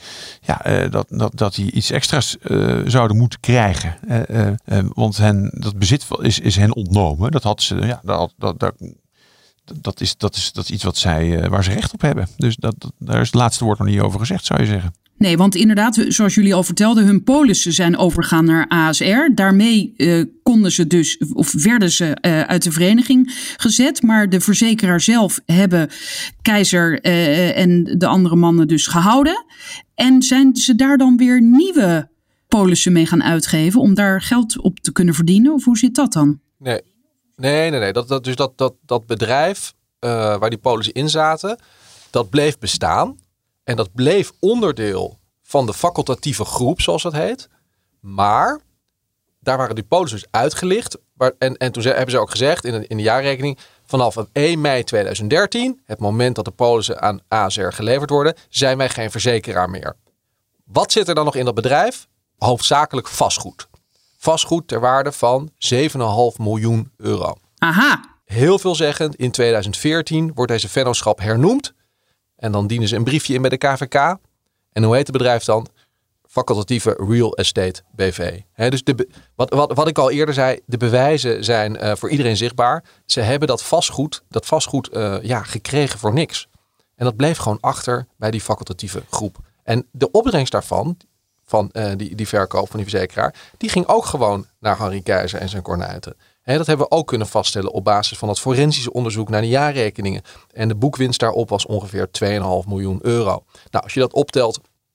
dat die iets extra's zouden moeten krijgen. Want dat bezit is hen ontnomen. Dat had ze, dat is iets waar ze recht op hebben. Dus daar is het laatste woord nog niet over gezegd, zou je zeggen. Nee, want inderdaad, zoals jullie al vertelden, hun polissen zijn overgegaan naar ASR. Daarmee konden ze dus, of werden ze uit de vereniging gezet. Maar de verzekeraar zelf hebben Keizer en de andere mannen dus gehouden. En zijn ze daar dan weer nieuwe polissen mee gaan uitgeven om daar geld op te kunnen verdienen? Of hoe zit dat dan? Nee. Dat bedrijf waar die polissen in zaten, dat bleef bestaan. En dat bleef onderdeel van de facultatieve groep, zoals dat heet. Maar daar waren die polissen dus uitgelicht. En toen hebben ze ook gezegd in de jaarrekening, vanaf 1 mei 2013, het moment dat de polissen aan ASR geleverd worden, zijn wij geen verzekeraar meer. Wat zit er dan nog in dat bedrijf? Hoofdzakelijk vastgoed. Vastgoed ter waarde van 7,5 miljoen euro. Aha. Heel veelzeggend, in 2014 wordt deze vennootschap hernoemd. En dan dienen ze een briefje in bij de KVK. En hoe heet het bedrijf dan? Facultatieve Real Estate BV. Dus wat ik al eerder zei, de bewijzen zijn voor iedereen zichtbaar. Ze hebben dat vastgoed gekregen voor niks. En dat bleef gewoon achter bij die facultatieve groep. En de opbrengst daarvan, van die verkoop van die verzekeraar, die ging ook gewoon naar Henry Keizer en zijn kornuiten. Dat hebben we ook kunnen vaststellen op basis van het forensische onderzoek naar de jaarrekeningen. En de boekwinst daarop was ongeveer 2,5 miljoen euro. Nou, als je dat optelt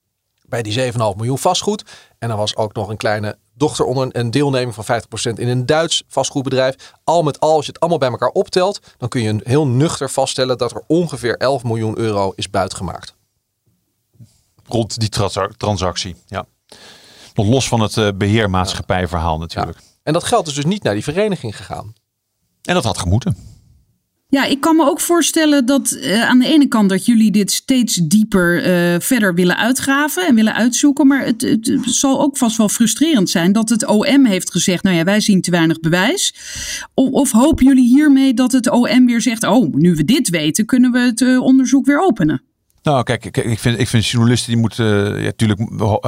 bij die 7,5 miljoen vastgoed. En dan was ook nog een kleine dochter onder een deelneming van 50% in een Duits vastgoedbedrijf. Al met al, als je het allemaal bij elkaar optelt, dan kun je heel nuchter vaststellen dat er ongeveer 11 miljoen euro is buitgemaakt. Rond die transactie, ja. Nog los van het beheermaatschappijverhaal natuurlijk. Ja. En dat geld is dus niet naar die vereniging gegaan. En dat had gemoeten. Ja, ik kan me ook voorstellen dat aan de ene kant dat jullie dit steeds dieper verder willen uitgraven en willen uitzoeken. Maar het zal ook vast wel frustrerend zijn dat het OM heeft gezegd, nou ja, wij zien te weinig bewijs. Of hopen jullie hiermee dat het OM weer zegt, oh, nu we dit weten, kunnen we het onderzoek weer openen? Nou, kijk, ik vind journalisten die moeten natuurlijk.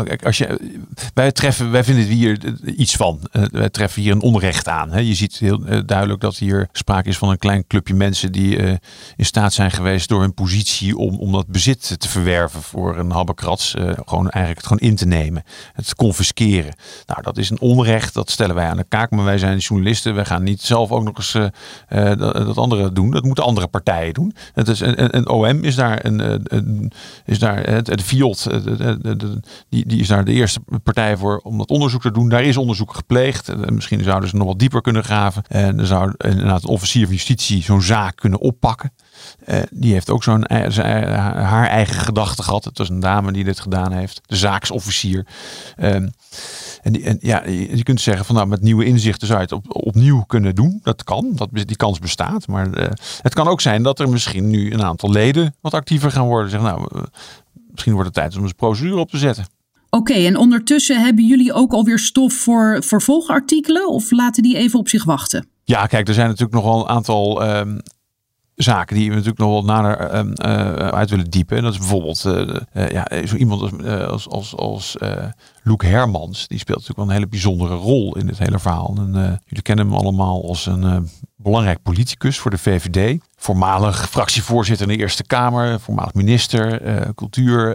Wij vinden hier iets van. Wij treffen hier een onrecht aan. Hè. Je ziet heel duidelijk dat hier sprake is van een klein clubje mensen die in staat zijn geweest door hun positie om dat bezit te verwerven voor een habbekrats. Gewoon in te nemen. Het te confisceren. Nou, dat is een onrecht. Dat stellen wij aan de kaak. Maar wij zijn journalisten. Wij gaan niet zelf ook nog eens dat andere doen. Dat moeten andere partijen doen. Het is een OM is daar de FIOD, die is daar de eerste partij voor om dat onderzoek te doen. Daar is onderzoek gepleegd. Misschien zouden ze nog wat dieper kunnen graven. En dan zou inderdaad een officier van justitie zo'n zaak kunnen oppakken. Die heeft ook haar eigen gedachte gehad. Het was een dame die dit gedaan heeft. De zaaksofficier. Je kunt zeggen van nou, met nieuwe inzichten zou je het opnieuw kunnen doen. Dat kan. Die kans bestaat. Maar het kan ook zijn dat er misschien nu een aantal leden wat actiever gaan worden. Zeggen nou, misschien wordt het tijd om eens procedure op te zetten. Oké, en ondertussen hebben jullie ook alweer stof voor vervolgartikelen of laten die even op zich wachten? Ja, kijk, er zijn natuurlijk nog wel een aantal zaken die we natuurlijk nog wel nader uit willen diepen. En dat is bijvoorbeeld zo iemand als Loek Hermans. Die speelt natuurlijk wel een hele bijzondere rol in dit hele verhaal. En, jullie kennen hem allemaal als een belangrijk politicus voor de VVD. Voormalig fractievoorzitter in de Eerste Kamer. Voormalig minister, cultuur.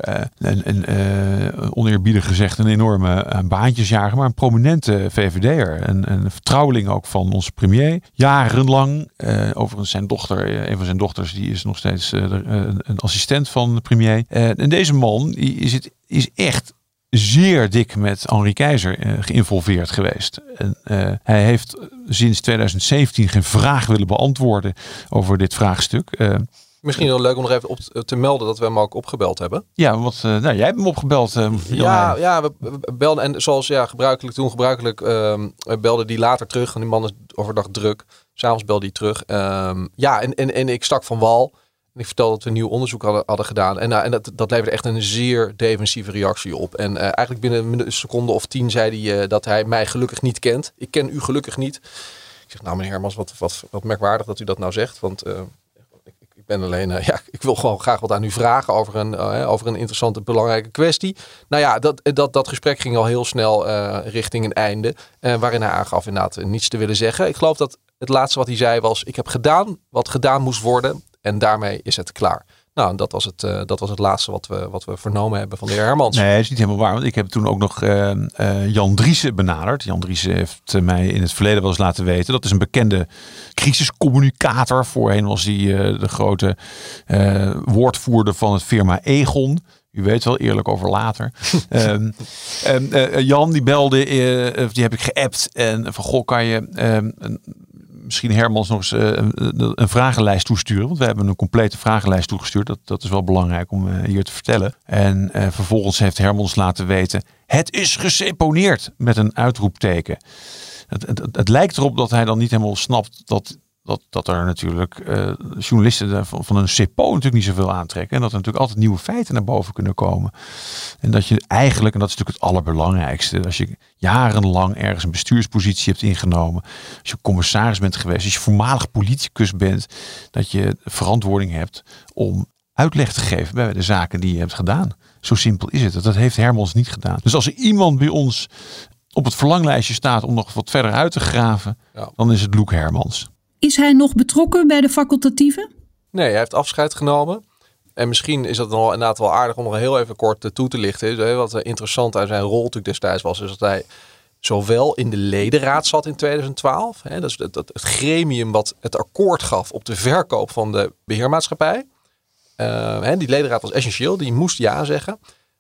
Oneerbiedig gezegd een enorme baantjesjager. Maar een prominente VVD'er. En een vertrouweling ook van onze premier. Jarenlang. Overigens zijn dochter, een van zijn dochters, die is nog steeds een assistent van de premier. En deze man is echt zeer dik met Henri Keizer geïnvolveerd geweest. En, hij heeft sinds 2017 geen vraag willen beantwoorden over dit vraagstuk. Misschien wel leuk om nog even op te melden dat we hem ook opgebeld hebben. Ja, want jij hebt hem opgebeld. We belden en zoals gebruikelijk belde die later terug. En die man is overdag druk. 's Avonds belde hij terug. En ik stak van wal. En ik vertelde dat we een nieuw onderzoek hadden gedaan. En dat leverde echt een zeer defensieve reactie op. En eigenlijk binnen een seconde of 10 zei hij dat hij mij gelukkig niet kent. Ik ken u gelukkig niet. Ik zeg, nou meneer Hermans, wat merkwaardig dat u dat nou zegt. Want ik ben alleen, ik wil gewoon graag wat aan u vragen over een interessante, belangrijke kwestie. Nou ja, dat gesprek ging al heel snel richting een einde. Waarin hij aangaf inderdaad niets te willen zeggen. Ik geloof dat het laatste wat hij zei was, ik heb gedaan wat gedaan moest worden. En daarmee is het klaar. Nou, dat was het laatste wat we vernomen hebben van de heer Hermans. Nee, dat is niet helemaal waar. Want ik heb toen ook nog Jan Driessen benaderd. Jan Driessen heeft mij in het verleden wel eens laten weten. Dat is een bekende crisiscommunicator. Voorheen was hij de grote woordvoerder van het firma Egon. U weet wel, eerlijk over later. Jan die belde, die heb ik geappt. En van goh, kan je misschien Hermans nog eens een vragenlijst toesturen. Want we hebben een complete vragenlijst toegestuurd. Dat is wel belangrijk om hier te vertellen. En vervolgens heeft Hermans laten weten, het is geseponeerd met een uitroepteken. Het lijkt erop dat hij dan niet helemaal snapt dat er natuurlijk journalisten van een CEPO natuurlijk niet zoveel aantrekken. En dat er natuurlijk altijd nieuwe feiten naar boven kunnen komen. En dat je eigenlijk, en dat is natuurlijk het allerbelangrijkste, als je jarenlang ergens een bestuurspositie hebt ingenomen, als je commissaris bent geweest, als je voormalig politicus bent, dat je verantwoording hebt om uitleg te geven bij de zaken die je hebt gedaan. Zo simpel is het. Dat heeft Hermans niet gedaan. Dus als er iemand bij ons op het verlanglijstje staat om nog wat verder uit te graven, dan is het Loek Hermans. Is hij nog betrokken bij de facultatieven? Nee, hij heeft afscheid genomen. En misschien is dat nog inderdaad wel aardig om nog heel even kort toe te lichten. Wat interessant aan zijn rol natuurlijk destijds was, is dat hij zowel in de ledenraad zat in 2012. Dat is het gremium wat het akkoord gaf op de verkoop van de beheermaatschappij. Die ledenraad was essentieel, die moest ja zeggen.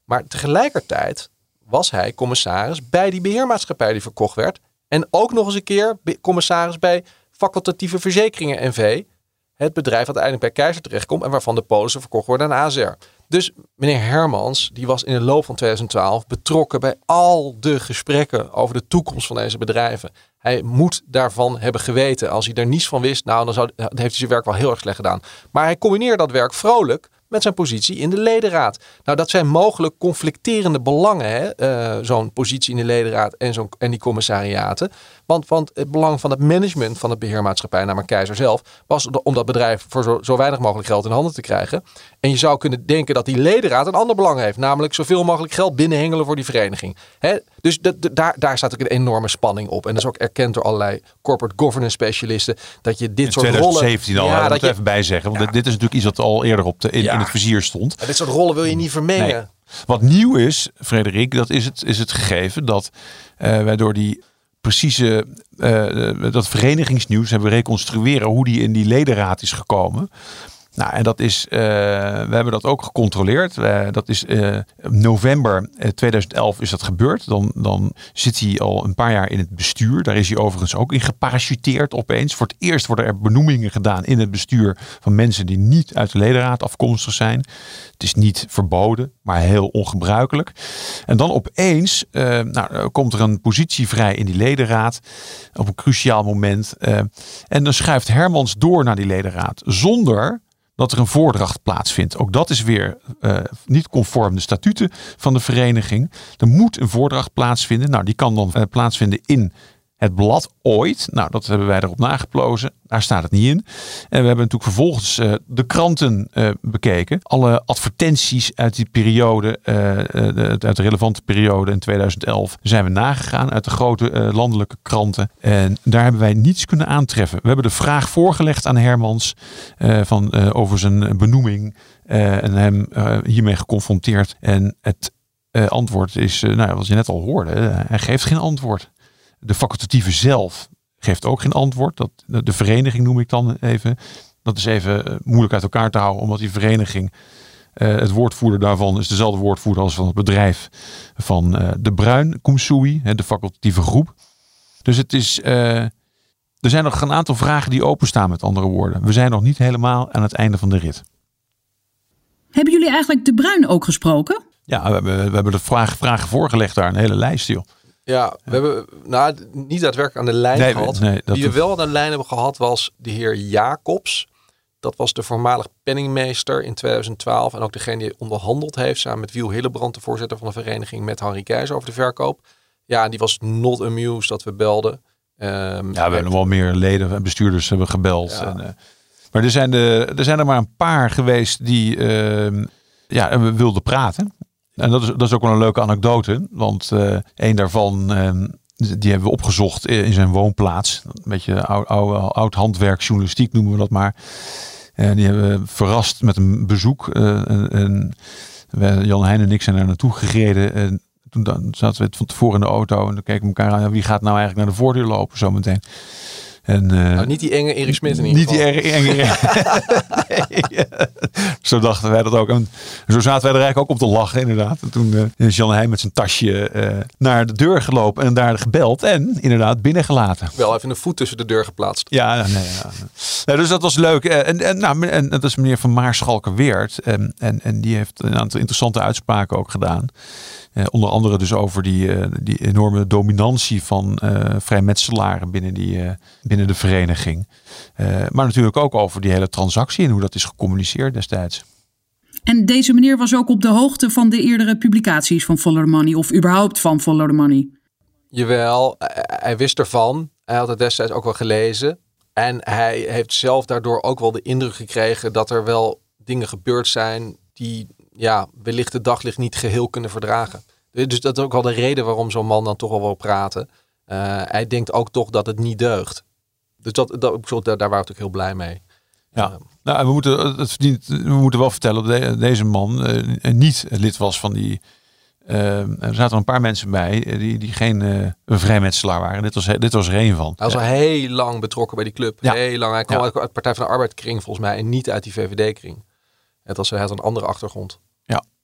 Maar tegelijkertijd was hij commissaris bij die beheermaatschappij die verkocht werd. En ook nog eens een keer commissaris bij Facultatieve Verzekeringen NV. Het bedrijf dat uiteindelijk bij Keizer terechtkomt en waarvan de polissen verkocht worden aan ASR. Dus meneer Hermans, die was in de loop van 2012 betrokken bij al de gesprekken over de toekomst van deze bedrijven. Hij moet daarvan hebben geweten. Als hij er niets van wist, dan heeft hij zijn werk wel heel erg slecht gedaan. Maar hij combineerde dat werk vrolijk met zijn positie in de ledenraad. Nou, dat zijn mogelijk conflicterende belangen, zo'n positie in de ledenraad en die commissariaten. Want het belang van het management van het beheermaatschappij, namelijk Keizer zelf, was om dat bedrijf voor zo weinig mogelijk geld in handen te krijgen. En je zou kunnen denken dat die ledenraad een ander belang heeft, namelijk zoveel mogelijk geld binnenhengelen voor die vereniging. Dus daar staat ook een enorme spanning op. En dat is ook erkend door allerlei corporate governance specialisten, dat je dit soort rollen... In 2017 al, dat moet even bij zeggen. Want dit is natuurlijk iets wat al eerder in het vizier stond. En dit soort rollen wil je niet vermengen. Nee. Wat nieuw is, Frederik, dat is het gegeven dat wij door die precieze dat verenigingsnieuws hebben reconstrueren hoe die in die ledenraad is gekomen. Nou, en dat is, we hebben dat ook gecontroleerd. Dat is november 2011 is dat gebeurd. Dan zit hij al een paar jaar in het bestuur. Daar is hij overigens ook in geparachuteerd opeens. Voor het eerst worden er benoemingen gedaan in het bestuur van mensen die niet uit de ledenraad afkomstig zijn. Het is niet verboden, maar heel ongebruikelijk. En dan opeens komt er een positie vrij in die ledenraad op een cruciaal moment. En dan schuift Hermans door naar die ledenraad zonder dat er een voordracht plaatsvindt. Ook dat is weer niet conform de statuten van de vereniging. Er moet een voordracht plaatsvinden. Nou, die kan dan plaatsvinden in het blad ooit. Nou, dat hebben wij erop nageplozen. Daar staat het niet in. En we hebben natuurlijk vervolgens de kranten bekeken. Alle advertenties uit die periode, uit de relevante periode in 2011, zijn we nagegaan uit de grote landelijke kranten. En daar hebben wij niets kunnen aantreffen. We hebben de vraag voorgelegd aan Hermans over zijn benoeming en hem hiermee geconfronteerd. En het antwoord is, wat je net al hoorde, hij geeft geen antwoord. De facultatieve zelf geeft ook geen antwoord. De vereniging noem ik dan even. Dat is even moeilijk uit elkaar te houden. Omdat die vereniging, het woordvoerder daarvan is dezelfde woordvoerder als van het bedrijf van De Bruin Koemsoei. De facultatieve groep. Dus het is, er zijn nog een aantal vragen die openstaan, met andere woorden. We zijn nog niet helemaal aan het einde van de rit. Hebben jullie eigenlijk De Bruin ook gesproken? Ja, we hebben de vragen voorgelegd daar. Een hele lijst, joh. Ja, we hebben niet daadwerkelijk aan de lijn gehad. Wie we wel aan de lijn hebben gehad was de heer Jacobs. Dat was de voormalig penningmeester in 2012. En ook degene die onderhandeld heeft samen met Wiel Hillebrand, de voorzitter van de vereniging, met Henry Keizer over de verkoop. Ja, en die was not amused dat we belden. We hebben nog wel meer leden en bestuurders hebben gebeld. Ja. Maar er zijn er maar een paar geweest die wilden praten. En dat is ook wel een leuke anekdote. Want een daarvan, die hebben we opgezocht in zijn woonplaats. Een beetje oud handwerksjournalistiek noemen we dat maar. En die hebben we verrast met een bezoek. Jan Heijn en ik zijn daar naartoe gereden. En toen zaten we van tevoren in de auto. En dan keken we elkaar aan. Wie gaat nou eigenlijk naar de voordeur lopen zometeen? En, niet die enge Erik Smit in ieder geval. Niet die enge. Nee. Zo dachten wij dat ook. En zo zaten wij er eigenlijk ook op te lachen, inderdaad. En toen is Jan Heijn met zijn tasje naar de deur gelopen en daar gebeld en inderdaad binnengelaten. Wel even een voet tussen de deur geplaatst. Ja. Dus dat was leuk. En dat is meneer Van Maarschalkerweerd. En die heeft een aantal interessante uitspraken ook gedaan. Onder andere dus over die enorme dominantie van vrijmetselaren binnen de vereniging. Maar natuurlijk ook over die hele transactie en hoe dat is gecommuniceerd destijds. En deze meneer was ook op de hoogte van de eerdere publicaties van Follow the Money of überhaupt van Follow the Money? Jawel, hij wist ervan. Hij had het destijds ook wel gelezen. En hij heeft zelf daardoor ook wel de indruk gekregen dat er wel dingen gebeurd zijn die wellicht het daglicht niet geheel kunnen verdragen. Dus dat is ook wel de reden waarom zo'n man dan toch wel wil praten. Hij denkt ook toch dat het niet deugt. Dus daar waren we ook heel blij mee. Ja, we moeten wel vertellen dat deze man niet lid was van die... er zaten een paar mensen bij die geen vrijmetselaar waren. Dit was er één van. Hij was al heel lang betrokken bij die club. Ja. Heel lang. Hij kwam uit de Partij van de Arbeid kring volgens mij en niet uit die VVD kring. Hij had een andere achtergrond. Ja.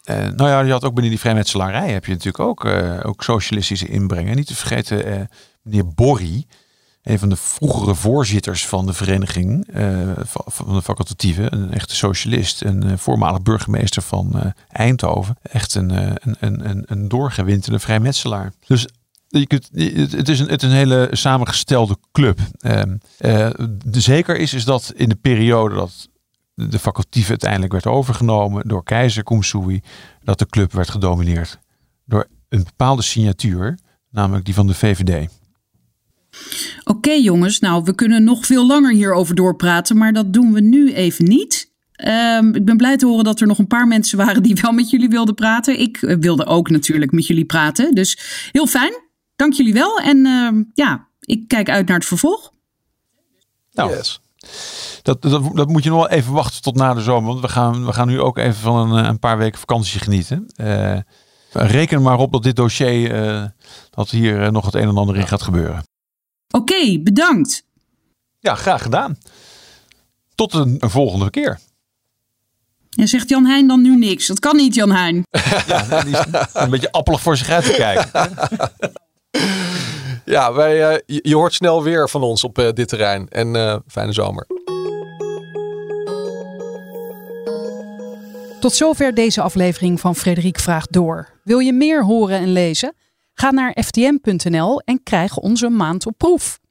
Je had ook binnen die vrijmetselarij heb je natuurlijk ook socialistische inbreng. En niet te vergeten meneer Borrie, een van de vroegere voorzitters van de vereniging van de facultatieven, een echte socialist, een voormalig burgemeester van Eindhoven. Echt een doorgewinterde vrijmetselaar. Dus het is een hele samengestelde club. Zeker is dat in de periode dat de facultieve uiteindelijk werd overgenomen door keizer Koemsoei, dat de club werd gedomineerd door een bepaalde signatuur, namelijk die van de VVD. Oké, jongens, nou we kunnen nog veel langer hierover doorpraten, maar dat doen we nu even niet. Ik ben blij te horen dat er nog een paar mensen waren die wel met jullie wilden praten. Ik wilde ook natuurlijk met jullie praten, dus heel fijn. Dank jullie wel en ik kijk uit naar het vervolg. Nou, yes. Dat moet je nog wel even wachten tot na de zomer. Want we gaan nu ook even van een paar weken vakantie genieten. Reken maar op dat dit dossier, dat hier nog het een en ander in gaat gebeuren. Oké, bedankt. Ja, graag gedaan. Tot een volgende keer. En zegt Jan Heijn dan nu niks? Dat kan niet, Jan Heijn. Ja, die is een beetje appelig voor zich uit te kijken. Ja, je hoort snel weer van ons op dit terrein. En fijne zomer. Tot zover deze aflevering van Frederik Vraagt Door. Wil je meer horen en lezen? Ga naar ftm.nl en krijg onze maand op proef.